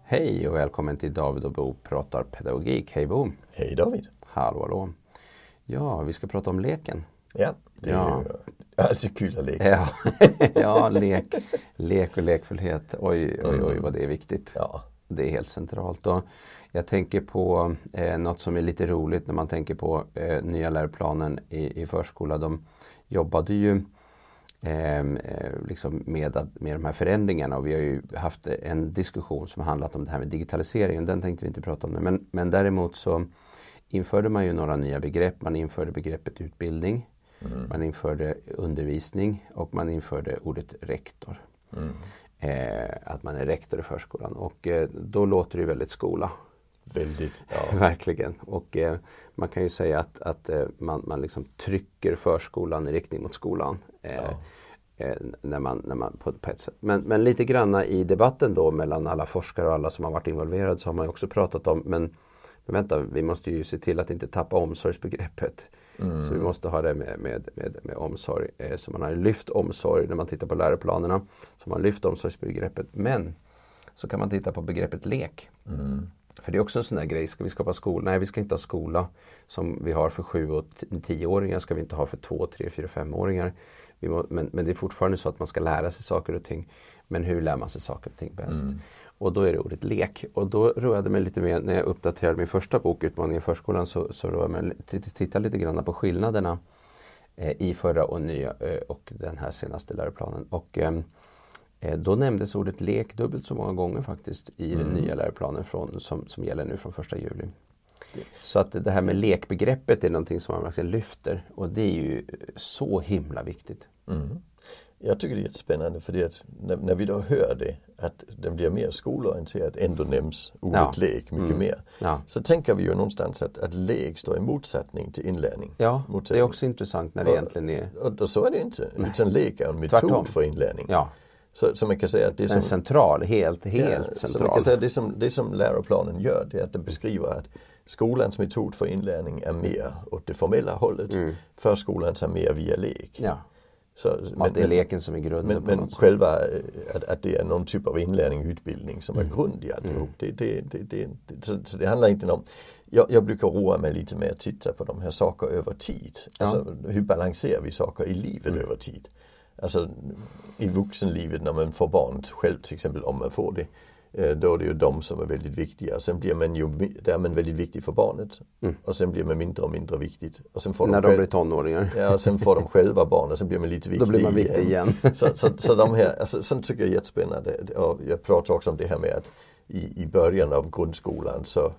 Hej och välkommen till David och Bo pratar pedagogik. Hej Bo! Hej David! Hallå! Ja, vi ska prata om leken. Ja, det är ju alltid kul att leka. Ja, lek och lekfullhet. Oj vad det är viktigt. Ja. Det är helt centralt. Och jag tänker på något som är lite roligt när man tänker på nya läroplanen i förskola. De jobbade ju liksom med de här förändringarna, och vi har ju haft en diskussion som handlat om det här med digitaliseringen. Den tänkte vi inte prata om nu, men däremot så införde man ju några nya begrepp. Man införde begreppet utbildning, man införde undervisning och man införde ordet rektor. Att man är rektor i förskolan, och då låter det väldigt skola. Väldigt, ja. Verkligen. Och man kan ju säga att man liksom trycker förskolan i riktning mot skolan. När man på ett sätt. Men lite granna i debatten då mellan alla forskare och alla som har varit involverade, så har man ju också pratat om, men vänta, vi måste ju se till att inte tappa omsorgsbegreppet. Så vi måste ha det med omsorg. Så man har lyft omsorg när man tittar på läroplanerna. Så man har lyft omsorgsbegreppet. Men så kan man titta på begreppet lek. För det är också en sån där grej. Ska vi skapa skola? Nej, vi ska inte ha skola som vi har för 7- och 10-åringar. Ska vi inte ha för 2-, 3-, 4-, 5-åringar. Men det är fortfarande så att man ska lära sig saker och ting. Men hur lär man sig saker och ting bäst? Och då är det ordet lek. Och då roade jag mig lite mer, när jag uppdaterade min första bok, Utmaningen i förskolan, så roade jag mig titta lite grann på skillnaderna i förra och nya och den här senaste läroplanen. Och då nämndes ordet lek dubbelt så många gånger faktiskt i den nya läroplanen som gäller nu från 1 juli. Så att det här med lekbegreppet är någonting som man verkligen lyfter, och det är ju så himla viktigt. Jag tycker det är jättespännande, för att när vi då hör det, att den blir mer skolorienterad, ändå nämns ordet lek mycket mer. Så tänker vi ju någonstans att lek står i motsättning till inlärning. Ja, det är också intressant när det egentligen är... Och så är det inte, utan lek är en metod för inlärning. Ja. Så man kan säga att det är som... central, helt central. Så man kan säga att det som läroplanen gör, det är att det beskriver att skolans metod för inlärning är mer åt det formella hållet. Förskolans är mer via lek. Ja. Men det är leken som är grunden. Men själva att det är någon typ av inlärning och utbildning som är grund i alltihop. Så det handlar inte om... Jag brukar roa mig lite med att titta på de här saker över tid. Alltså hur balanserar vi saker i livet över tid? Alltså i vuxenlivet när man får barn själv till exempel, om man får det. Då är det ju de som är väldigt viktiga. Sen blir man ju väldigt viktig för barnet. Och sen blir man mindre och mindre viktigt. Och sen får när de blir tonåringar. Ja, och sen får de själva barn och sen blir man lite viktig. Då blir man viktig igen. Så de här, alltså, sen tycker jag är jättespännande. Och jag pratar också om det här med att i början av grundskolan så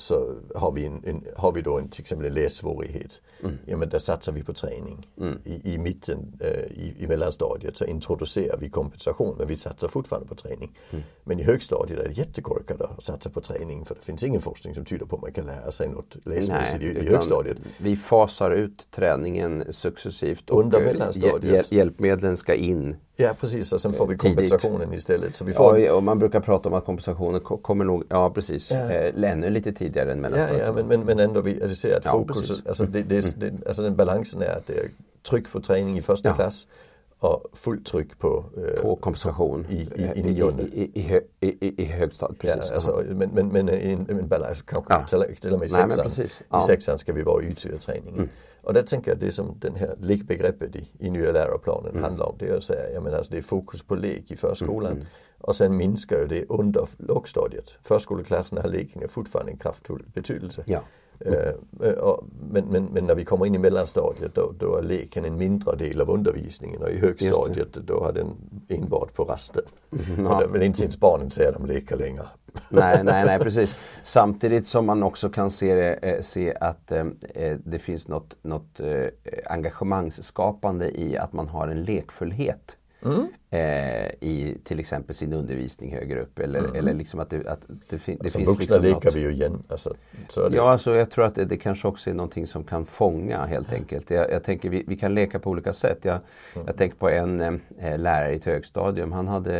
har vi då till exempel en lässvårighet. Ja, men där satsar vi på träning. I mitten, i mellanstadiet så introducerar vi kompensation, men vi satsar fortfarande på träning. Men i högstadiet är det jättekorkat att satsa på träning, för det finns ingen forskning som tyder på att man kan lära sig något läsmässigt i högstadiet. Vi fasar ut träningen successivt och under mellanstadiet. Hjälpmedlen ska in. Ja, precis. Och sen får vi kompensationen istället. Så vi får... Ja, och man brukar prata om att kompensationen kommer nog, ännu lite tidigare än mellanstadiet. Ja, men ändå vi ser att fokus, alltså den balansen är att det är tryck på träning i första klass och fullt tryck på kompensation i nionde. I högstadiet, precis. Ja, alltså, men en balans, kanske till och med i sexan. I sexan ska vi vara i ytterligare träning. Och där tänker jag att det som den här lekbegreppet i nya läroplanen handlar om, det är att säga, alltså det är fokus på lek i förskolan. Och sen minskar ju det under lågstadiet. Förskoleklassen har leken fortfarande en kraftfull betydelse. Ja. Men när vi kommer in i mellanstadiet då är leken en mindre del av undervisningen, och i högstadiet då har den enbart på rasten. Och det vill inte ens barnen säga att de leker längre. Nej, precis. Samtidigt som man också kan se att det finns något engagemangsskapande i att man har en lekfullhet. I till exempel sin undervisning högre upp, eller liksom att det finns vuxna liksom lekar vi ju igen. Alltså, så är det. Ja, alltså jag tror att det kanske också är någonting som kan fånga helt enkelt. Jag tänker vi kan leka på olika sätt. Jag tänker på en lärare i ett högstadium.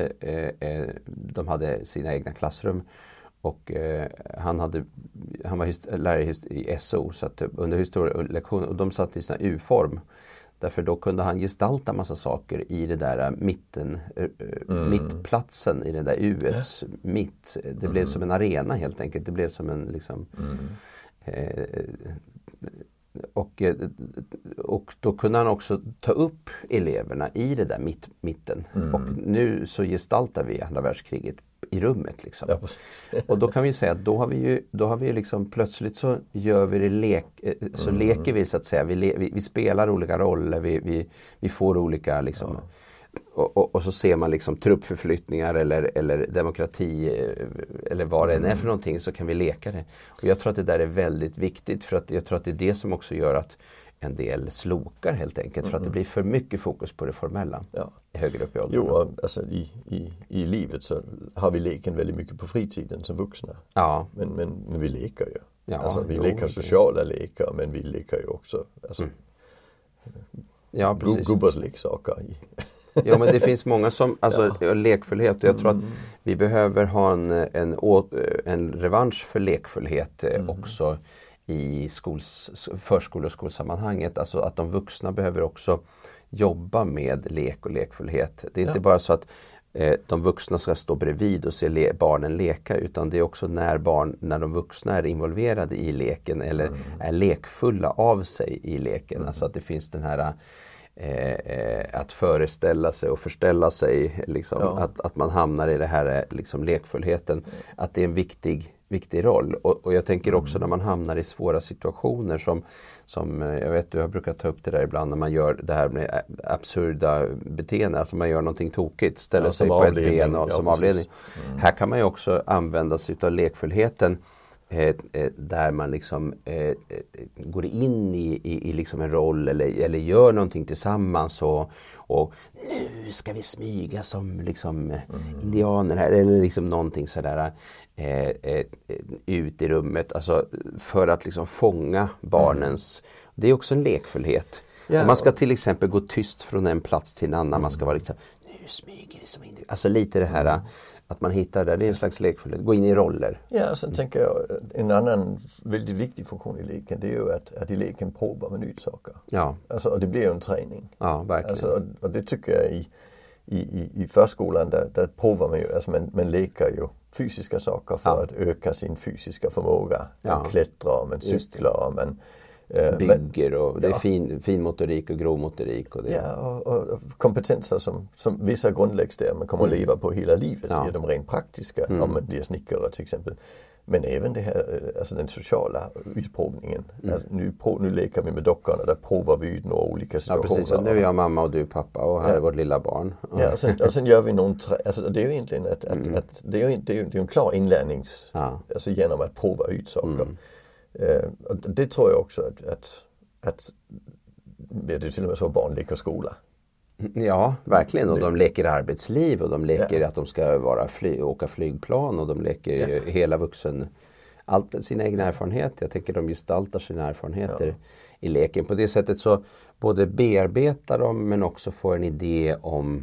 De hade sina egna klassrum, och han var lärare i SO, så att under historielektion, och de satt i sån här U-form. Därför då kunde han gestalta massa saker i det där mittplatsen, i det där U-ets mitt. Det blev som en arena helt enkelt. Det blev som en liksom... Och då kunde han också ta upp eleverna i det där mitten. Och nu så gestaltar vi andra världskriget i rummet liksom. Ja, och då kan vi säga att då har vi liksom plötsligt så gör vi det leker vi så att säga. Vi spelar olika roller, vi får olika liksom... Och så ser man liksom truppförflyttningar eller demokrati eller vad det än är för någonting, så kan vi leka det. Och jag tror att det där är väldigt viktigt, för att jag tror att det är det som också gör att en del slokar helt enkelt, för att det blir för mycket fokus på det formella högre upp i åldern. Jo, alltså i livet så har vi leken väldigt mycket på fritiden som vuxna. Ja. Men vi leker ju. Ja, alltså, vi leker sociala lekar, men vi leker ju också alltså, gubbars leksaker i. Ja, men det finns många som, lekfullhet, och jag tror att vi behöver ha en revansch för lekfullhet också i förskole- och skolsammanhanget. Alltså att de vuxna behöver också jobba med lek och lekfullhet. Det är inte bara så att de vuxna ska stå bredvid och se barnen leka, utan det är också när de vuxna är involverade i leken eller är lekfulla av sig i leken. Alltså att det finns den här att föreställa sig och förställa sig liksom, att man hamnar i det här liksom, lekfullheten, att det är en viktig roll. Och jag tänker också när man hamnar i svåra situationer som jag vet, du har brukat ta upp det där ibland, när man gör det här med absurda beteenden, alltså man gör någonting tokigt, ställer sig på ett ben och som avledning. Här kan man ju också använda sig av lekfullheten där man liksom går in i liksom en roll eller gör någonting tillsammans och nu ska vi smyga som liksom indianer här, eller liksom någonting sådär ut i rummet, alltså för att liksom fånga barnens, det är också en lekfullhet. Man ska till exempel gå tyst från en plats till en annan, man ska vara liksom, nu smyger vi som individer, alltså lite det här att man hittar det är en slags lekfullhet, gå in i roller. Ja, sen tänker jag, en annan väldigt viktig funktion i leken, det är ju att i leken provar man ut saker. Ja. Alltså, och det blir ju en träning. Ja, verkligen. Alltså, och det tycker jag i förskolan, där provar man ju, alltså man leker ju fysiska saker för att öka sin fysiska förmåga. Man klättrar, man cyklar, man bygger och det är fin motorik och grov motorik. Och det. Ja, och kompetenser som vissa grundläggs där man kommer att leva på hela livet. Ja. De rent praktiska, om man blir snickare till exempel. Men även det här, alltså den sociala utprovningen. Alltså, nu leker vi med dockorna, där provar vi ut några olika situationer. Ja, precis. Och nu är jag mamma och du pappa och här är vårt lilla barn. Ja, och sen gör vi någon alltså det är ju egentligen att det är ju en klar inlärnings, alltså genom att prova ut saker. Och det tror jag också att det är till och med så barn leker skola. Ja, verkligen. Och de leker arbetsliv och de leker att de ska åka flygplan och de leker hela vuxen, sina egna erfarenheter. Jag tänker de gestaltar sina erfarenheter i leken. På det sättet så både bearbetar de men också får en idé om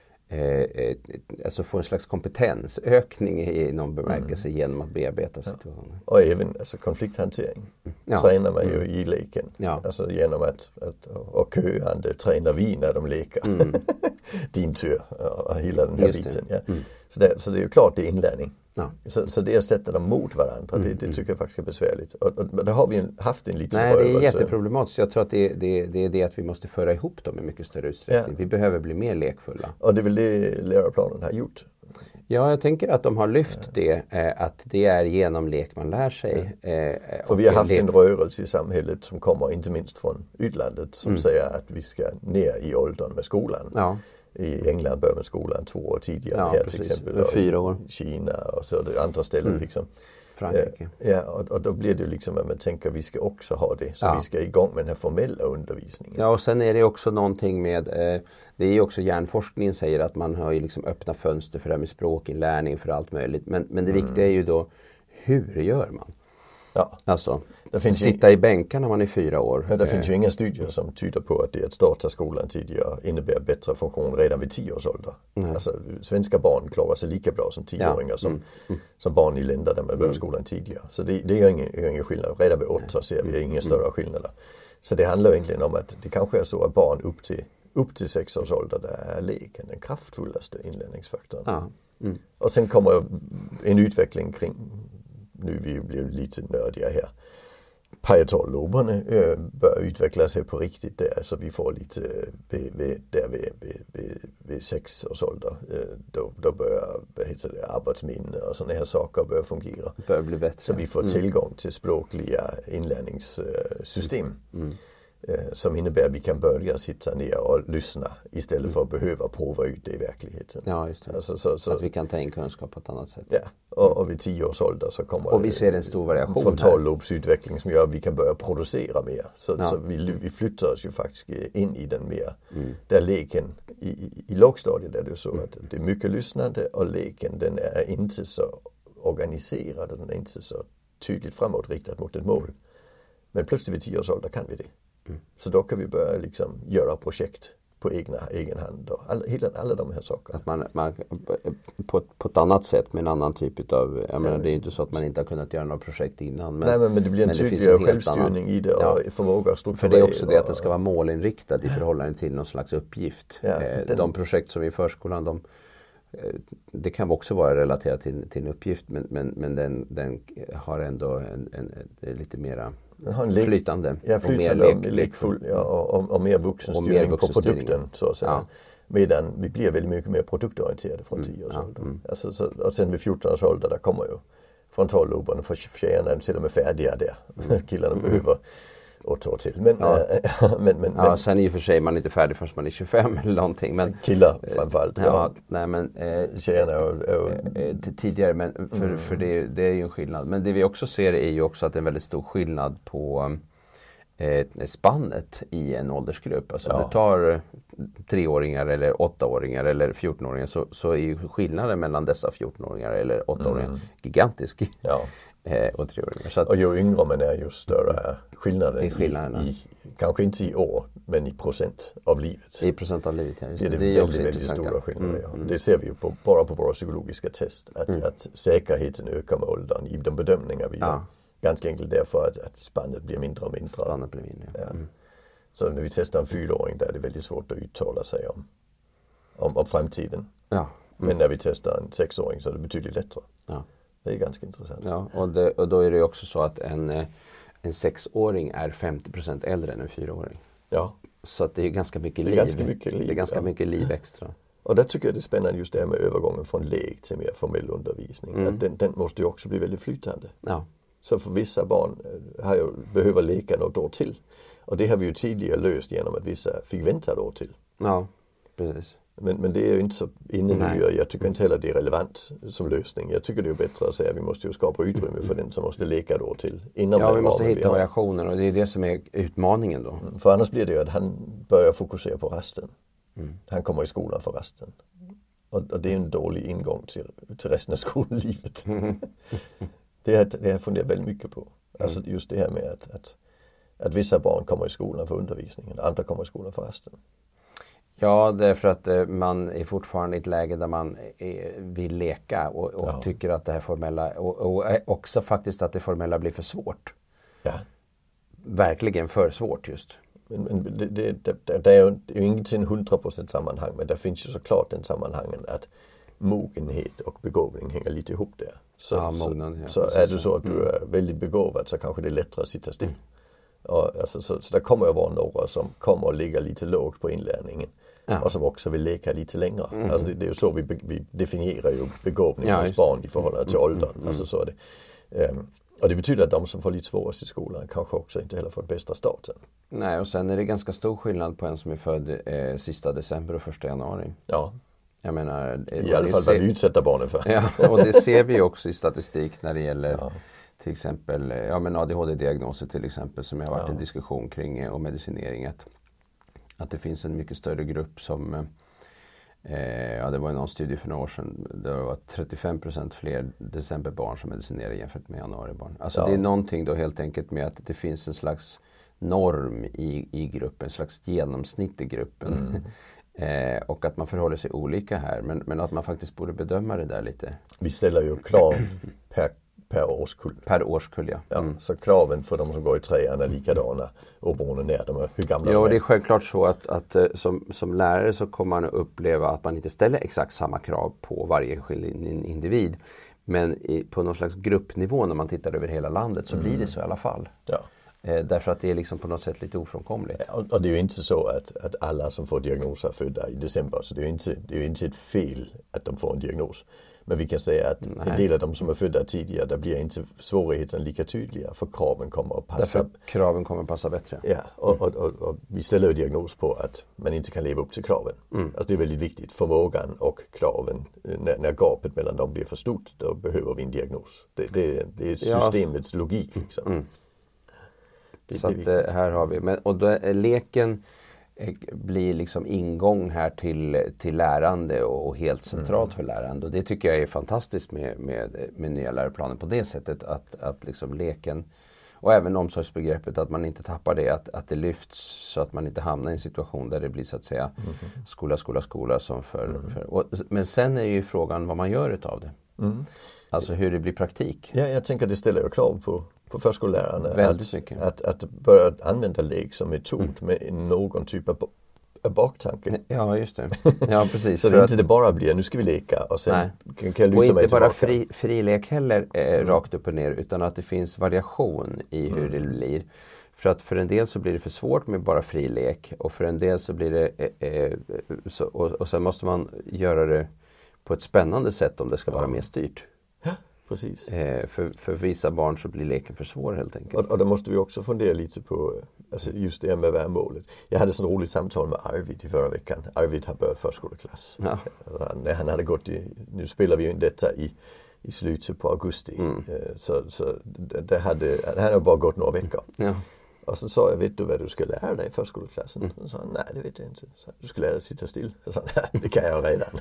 alltså få en slags kompetensökning i någon bemärkelse genom att bearbeta situationen. Och även alltså konflikthantering tränar man ju i leken. Ja. Alltså genom att och köande tränar vi när de leker. Din tur och hela den här biten. Ja. Så det är ju klart det är inlärning. Ja. Så det är att sätta dem mot varandra, det tycker jag faktiskt är besvärligt. Och det har vi haft en liten rörelse. Nej, det är jätteproblematiskt. Jag tror att det är det att vi måste föra ihop dem i mycket större utsträckning. Vi behöver bli mer lekfulla. Och det är väl det läroplanen har gjort? Ja, jag tänker att de har lyft det, att det är genom lek man lär sig. För vi har haft en rörelse i samhället som kommer inte minst från utlandet som säger att vi ska ner i åldern med skolan. Ja. I England börjar med skolan 2 år tidigare här till exempel. 4 år. Kina och så det andra ställen liksom. Frankrike. Ja, och då blir det liksom att man tänker att vi ska också ha det. Så vi ska igång med den här formella undervisningen. Ja, och sen är det också någonting med, det är ju också hjärnforskningen säger att man har ju liksom öppna fönster för det här med språkinlärning för allt möjligt. Men det viktiga är ju då, hur gör man? Ja. Alltså, sitta i bänken när man är 4 år. Ja, det finns ju inga studier som tyder på att det att starta skolan tidigare innebär bättre funktion redan vid 10 års ålder. Alltså, svenska barn klarar sig lika bra som 10-åringar som barn i länder där man börjar skolan tidigare. Så det är ingen skillnad. Redan vid 8 ser vi inga större skillnader. Så det handlar egentligen om att det kanske är så att barn upp till 6 års ålder där är leken den kraftfullaste inlärningsfaktorn. Ja. Och sen kommer en utveckling kring, nu vi blir lite nördiga här, parietaloberna bör utveckla sig på riktigt där, så vi får lite vid 6 års ålder då börjar arbetsminne och sådana här saker börjar fungera. Börjar bli bättre. Så vi får tillgång till språkliga inlärningssystem. Som innebär att vi kan börja sitta ner och lyssna istället för att behöva prova ut det i verkligheten. Ja, just det. Alltså, så att vi kan ta in kunskap på ett annat sätt. Ja, och vid 10 års ålder så kommer och vi ser en stor variation frontallobsutveckling som gör att vi kan börja producera mer. Så vi flyttar oss ju faktiskt in i den mer, där leken i lågstadiet är det så att det är mycket lyssnande och leken den är inte så organiserad, den är inte så tydligt framåtriktad mot ett mål. Men plötsligt vid 10 års ålder kan vi det. Så då kan vi börja liksom göra projekt på egen hand och alla de här sakerna. Att man på ett annat sätt med en annan typ av, jag menar, det är ju inte så att man inte har kunnat göra några projekt innan. Men det blir en tydligare självstyrning i det och förmåga att strukturera. För det är också det att det ska vara målinriktat i förhållande till någon slags uppgift. De projekt som är i förskolan, det kan också vara relaterat till en uppgift, men den har ändå en lite mera flytande. Och mer lekfull och mer vuxenstyrning på produkten så att säga. Medan vi blir väldigt mycket mer produktorienterade från 10 års ålder. Alltså, och sen vid 14 års ålder där kommer ju frontalloberna för tjejerna till och med färdiga där. Killarna behöver 8 år till. Men sen i och för sig man är inte färdig förrän man är 25 eller någonting. Men, killar framförallt. Tjejerna är tidigare, men för det är ju en skillnad. Men det vi också ser är ju också att det är en väldigt stor skillnad på spannet i en åldersgrupp. Alltså du tar 3-åringar eller 8-åringar eller 14-åringar så är ju skillnaden mellan dessa 14-åringar eller 8-åringar gigantisk. Ja. Och 3-åringar. Och ju yngre man är ju större skillnaden i kanske inte i år men i procent av livet. I procent av livet, ja. Det är väldigt stora skillnader. Det ser vi ju bara på våra psykologiska test att säkerheten ökar med åldern i de bedömningar vi gör. Ganska enkelt därför att spannet blir mindre och mindre. Spannet blir mindre. Ja. Så när vi testar en 4-åring där är det väldigt svårt att uttala sig om framtiden. Ja. Men när vi testar en 6-åring så är det betydligt lättare. Ja. Det är ganska intressant. Ja, och då är det ju också så att en 6-åring är 50% äldre än en 4-åring. Ja. Så att det är ganska mycket liv. Det är ganska mycket liv extra. Och där tycker jag det är spännande just det här med övergången från lek till mer formell undervisning. Att den måste ju också bli väldigt flytande. Ja. Så för vissa barn behöver leka något år till. Och det har vi ju tidigare löst genom att vissa fick vänta ett år till. Ja, precis. Men det är ju inte så inne nu. Jag tycker inte heller det är relevant som lösning. Jag tycker det är bättre att säga att vi måste ju skapa utrymme för den som måste leka då till. Innan vi måste hitta variationer och det är det som är utmaningen då. För annars blir det ju att han börjar fokusera på rasten. Han kommer i skolan för rasten. Och det är en dålig ingång till resten av skollivet. Det har jag funderat väldigt mycket på. Alltså just det här med att vissa barn kommer i skolan för undervisningen, andra kommer i skolan för rasten. Ja, det är för att man är fortfarande i ett läge där man vill leka och tycker att det här formella och också faktiskt att det formella blir för svårt. Ja. Verkligen för svårt just. Men det är ju inte en 100% sammanhang, men det finns ju såklart en sammanhangen att mogenhet och begåvning hänger lite ihop där. Så är det så att du är väldigt begåvad så kanske det är lättare att sitta still. Och, alltså, så det kommer att vara några som kommer att ligga lite lågt på inlärningen. Och som också vill leka lite längre. Alltså det är ju så vi definierar ju begåvning hos barn i förhållande till åldern. Alltså så är det. Och det betyder att de som får lite svårast i skolan kanske också inte heller får bästa starten. Nej, och sen är det ganska stor skillnad på en som är född sista december och 1 januari. Ja. Jag menar, i alla fall vad vi utsätter barnen för. Ja, och det ser vi också i statistik när det gäller till exempel ADHD-diagnoser till exempel som har varit en diskussion kring och medicinering. Att det finns en mycket större grupp som Det var någon studie för några år sedan. Det var 35% fler decemberbarn som medicinerade jämfört med januaribarn. Alltså det är någonting då helt enkelt med att det finns en slags norm i gruppen, en slags genomsnitt i gruppen. Och att man förhåller sig olika här, men att man faktiskt borde bedöma det där lite. Vi ställer ju krav per årskull. Per årskull, ja. Så kraven för de som går i trean är likadana oberoende när de är, hur gamla de är. Ja, det är självklart så att som lärare så kommer man att uppleva att man inte ställer exakt samma krav på varje enskild individ. Men på någon slags gruppnivå när man tittar över hela landet så blir det så i alla fall. Ja. Därför att det är liksom på något sätt lite ofrånkomligt. Och det är ju inte så att alla som får diagnoser är födda i december. Så det är ju inte ett fel att de får en diagnos. Men vi kan säga att en del av de som är födda tidigare, där blir inte svårigheten lika tydliga. För kraven kommer att passa. Därför kraven kommer att passa bättre. Ja, och vi ställer ju diagnos på att man inte kan leva upp till kraven. Alltså det är väldigt viktigt. Förmågan och kraven, när gapet mellan dem blir för stort, då behöver vi en diagnos. Det är systemets logik liksom. Så att här har vi, och då är leken blir liksom ingång här till lärande och helt centralt för lärande. Och det tycker jag är fantastiskt med nya läroplaner på det sättet att liksom leken och även omsorgsbegreppet, att man inte tappar det, att det lyfts så att man inte hamnar i en situation där det blir så att säga skola som men sen är ju frågan vad man gör utav det. Alltså hur det blir praktik. Ja, jag tänker att det ställer ju krav på förskollärarna att börja använda lek som metod med någon typ av baktanke. Ja, just det. Ja, precis. Så det inte bara blir nu ska vi leka och sen kan jag och inte bara frilek heller rakt upp och ner, utan att det finns variation i hur det blir. För att för en del så blir det för svårt med bara frilek och för en del så blir det och sen måste man göra det på ett spännande sätt om det ska vara mer styrt. Precis. För vissa barn så blir leken för svår helt enkelt. Och då måste vi också fundera lite på alltså just det med målet. Jag hade så roligt samtal med Arvid i förra veckan. Arvid har börjat förskoleklass. Ja. När han hade gått nu spelar vi ju in detta i slutet på augusti. Så han har bara gått några veckor. Ja. Och så sa jag, vet du vad du ska lära dig i förskoleklassen? Så sa han, nej det vet jag inte. Så, du ska lära dig att sitta still. Så sa han, det kan jag redan.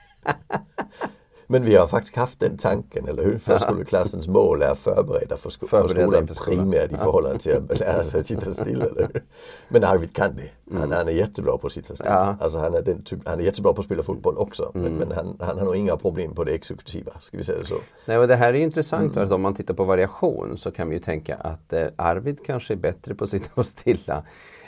Men vi har faktiskt haft den tanken, eller hur? Förskoleklassens mål är att förbereda för skolan primärt i förhållande till att lära sig att sitta still. Eller hur? Men Arvid kan det. Han är jättebra på att sitta still. Ja. Alltså han är jättebra på att spela fotboll också. Men han har nog inga problem på det exekutiva, ska vi säga det så. Nej, och det här är intressant. Om man tittar på variation så kan vi ju tänka att Arvid kanske är bättre på att sitta och stilla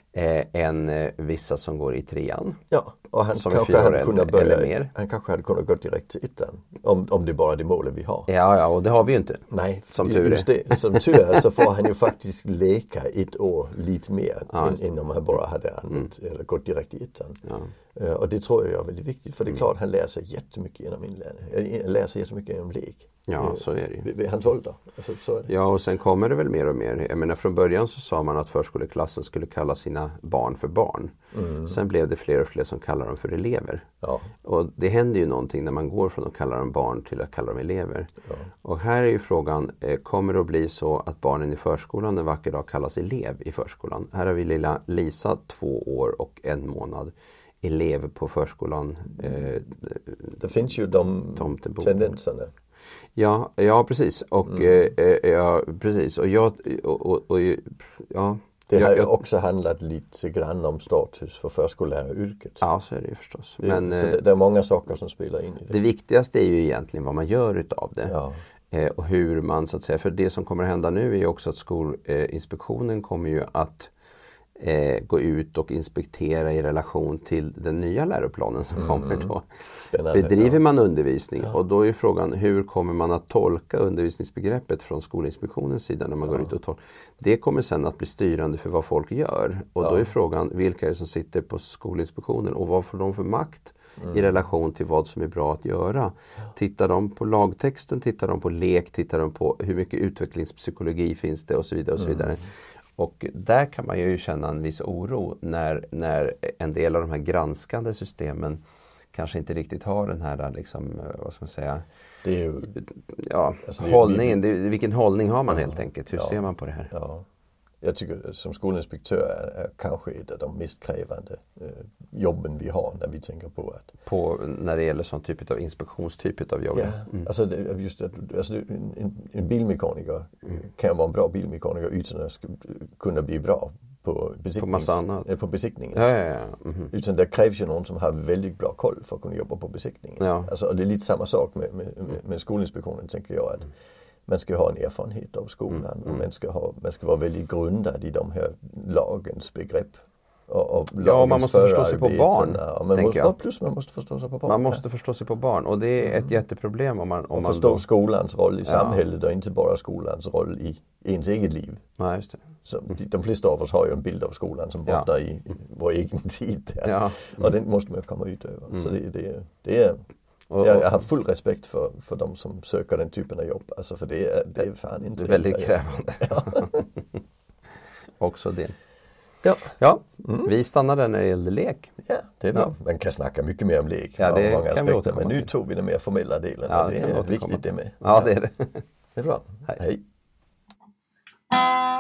än vissa som går i trean. Ja, och han kanske hade kunnat börja, han kanske hade kunnat gå direkt till ettan om det bara är det målet vi har. Ja, och det har vi ju inte. Nej, som tur är. Som tur är så får han ju faktiskt leka ett år lite mer än om han bara hade använt eller gått direkt i ettan. Ja. Och det tror jag är väldigt viktigt, för det är klart han lär sig jättemycket genom inlärning. Lär sig jättemycket genom lek. Ja, så är det ju. Vid hans ålder. Alltså, så är det. Ja, och sen kommer det väl mer och mer. Jag menar, från början så sa man att förskoleklassen skulle kalla sina barn för barn. Sen blev det fler och fler som kallar dem för elever. Ja. Och det händer ju någonting när man går från att kalla dem barn till att kalla dem elever. Ja. Och här är ju frågan, kommer det att bli så att barnen i förskolan en vacker dag kallas elev i förskolan? Här har vi lilla Lisa, 2 år och 1 månad. Elev på förskolan. Det finns ju de tendenserna. Ja, precis. Och precis. Och det har ju också handlat lite grann om status för förskolläraryrket. Ja, så är det ju förstås. Så det är många saker som spelar in i det. Det viktigaste är ju egentligen vad man gör utav det. Ja. Och hur man så att säga, för det som kommer att hända nu är ju också att Skolinspektionen kommer ju att gå ut och inspektera i relation till den nya läroplanen som kommer då. Spännande, bedriver man undervisning och då är frågan, hur kommer man att tolka undervisningsbegreppet från Skolinspektionens sida när man går ut och tolkar. Det kommer sen att bli styrande för vad folk gör, och då är frågan, vilka är det som sitter på Skolinspektionen och vad får de för makt i relation till vad som är bra att göra. Tittar de på lagtexten, tittar de på lek, tittar de på hur mycket utvecklingspsykologi finns det och så vidare och så vidare. Och där kan man ju känna en viss oro när en del av de här granskande systemen kanske inte riktigt har den här liksom, vad ska man säga, det är ju, hållningen. Vilken hållning har man helt enkelt? Hur ser man på det här? Ja. Jag tycker som skolinspektör är kanske ett av de mest krävande jobben vi har när vi tänker på att... När det gäller sån typ av inspektionstyp av jobb. Ja, alltså just att en bilmekaniker kan vara en bra bilmekaniker utan att kunna bli bra på besiktningen. Ja. Utan det krävs ju någon som har väldigt bra koll för att kunna jobba på besiktningen. Ja. Alltså, och det är lite samma sak med skolinspektionen, tänker jag, att man ska ha en erfarenhet av skolan och man ska vara väldigt grundad i de här lagens begrepp. Och man måste förstå sig på barn. Man måste förstå sig på barn. Man måste förstå sig på barn, och det är ett jätteproblem om man förstår skolans roll i samhället och inte bara skolans roll i ens eget liv. Nej, just det. Så de flesta av oss har ju en bild av skolan som bottnar i vår egen tid. Ja. Och den måste man komma ut över. Så det är jag har full respekt för de som söker den typen av jobb. Alltså, för det är fan inte... Det är väldigt krävande. Ja. Också det. Ja. Vi stannar där när det gäller lek. Ja, det är bra. Man kan snacka mycket mer om lek. Ja, det många kan aspekter, men nu tog vi den mer formella delen. Ja, och det är viktigt det med. Ja, det är det. Det är bra. Hej.